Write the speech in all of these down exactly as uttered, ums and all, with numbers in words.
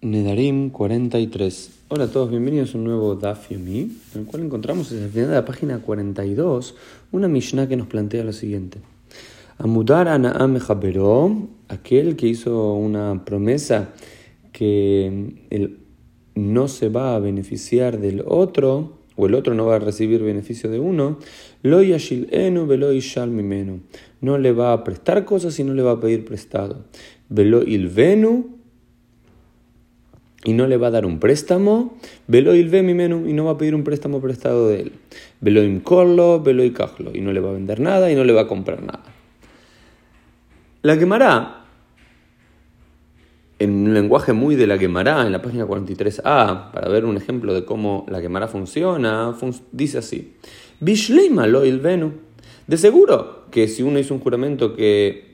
Nedarim cuarenta y tres. Hola a todos, bienvenidos a un nuevo Daf Yomi, en el cual encontramos desde el final de la página cuarenta y dos una Mishnah que nos plantea lo siguiente. Amudar ana'am mechaberó, aquel que hizo una promesa que él no se va a beneficiar del otro, o el otro no va a recibir beneficio de uno, lo yashil'enu velo yishal mimenu, no le va a prestar cosas y no le va a pedir prestado. Velo ilvenu, y no le va a dar un préstamo, velo ilve mimenu, y no va a pedir un préstamo prestado de él. Velo imkorlo, velo ikajlo, y no le va a vender nada y no le va a comprar nada. La Gemara, en un lenguaje muy de la Gemara, en la página cuarenta y tres a, para ver un ejemplo de cómo la Gemara funciona, fun- dice así: Bishleima lo ilvenu. De seguro que si uno hizo un juramento que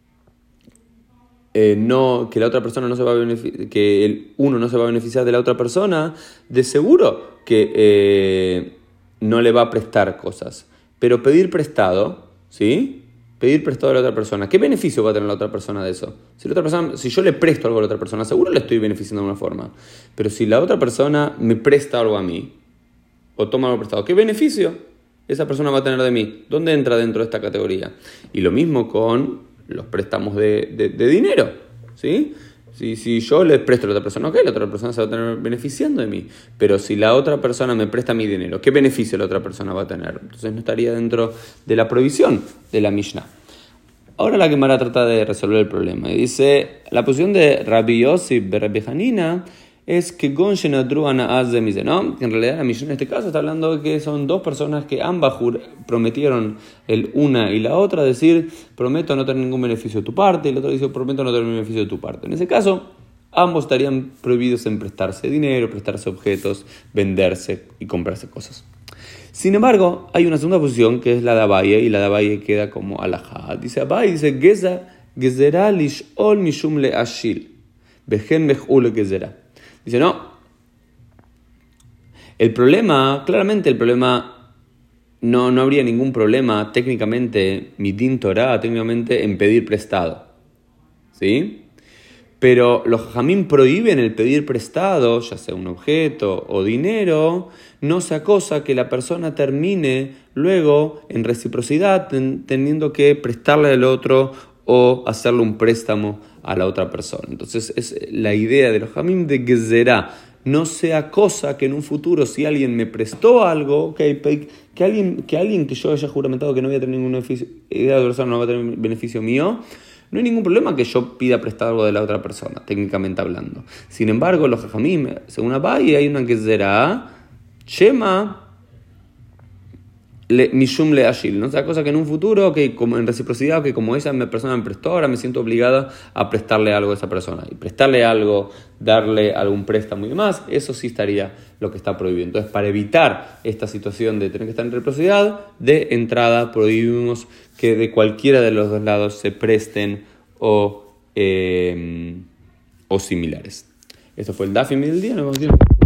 Eh, no, que la otra persona no se va a benefici- que el uno no se va a beneficiar de la otra persona, de seguro que eh, no le va a prestar cosas. Pero pedir prestado, ¿sí? Pedir prestado a la otra persona, ¿qué beneficio va a tener la otra persona de eso? Si, la otra persona, si yo le presto algo a la otra persona, seguro le estoy beneficiando de una forma. Pero si la otra persona me presta algo a mí, o toma algo prestado, ¿qué beneficio esa persona va a tener de mí? ¿Dónde entra dentro de esta categoría? Y lo mismo con los préstamos de, de, de dinero, ¿sí? Si, si yo le presto a la otra persona, ok, la otra persona se va a tener beneficiando de mí. Pero si la otra persona me presta mi dinero, ¿qué beneficio la otra persona va a tener? Entonces no estaría dentro de la prohibición de la Mishnah. Ahora la Gemara trata de resolver el problema. Y dice, la posición de Rabbi Yossi de Rabbi Hanina es que Gonshen Adruana Az de Mise, ¿no? Que en realidad la Mishnah en este caso está hablando de que son dos personas que ambas jur- prometieron el una y la otra, decir, prometo no tener ningún beneficio de tu parte, y el otro dice, prometo no tener ningún beneficio de tu parte. En ese caso, ambos estarían prohibidos en prestarse dinero, prestarse objetos, venderse y comprarse cosas. Sin embargo, hay una segunda posición que es la de Abaye, y la de Abaye queda como alajá. Dice Abaye, dice, Geza, Gezerá lish'ol mishum le ashil, bejen mech'ul gezerá. Dice, no, el problema, claramente el problema, no, no habría ningún problema técnicamente, midin Torah, técnicamente en pedir prestado, ¿sí? Pero los jajamim prohíben el pedir prestado, ya sea un objeto o dinero, no sea cosa que la persona termine luego en reciprocidad ten, teniendo que prestarle al otro o hacerle un préstamo a la otra persona. Entonces es la idea de los jajamim de gezerá, no sea cosa que en un futuro si alguien me prestó algo, okay, que, alguien, que alguien que yo haya juramentado que no voy a tener ningún beneficio, la otra persona no va a tener beneficio mío, no hay ningún problema que yo pida prestado algo de la otra persona, técnicamente hablando. Sin embargo, los jajamim, según Abaye, hay una gezerá, shema le, mishum le ashil, ¿no? O sea, cosa que en un futuro, que como en reciprocidad, que como esa persona me prestó, ahora me siento obligada a prestarle algo a esa persona. Y prestarle algo, darle algún préstamo y demás, eso sí estaría lo que está prohibido. Entonces, para evitar esta situación de tener que estar en reciprocidad, de entrada prohibimos que de cualquiera de los dos lados se presten o, eh, o similares. Esto fue el Daf Yomi del día. Nos vemos.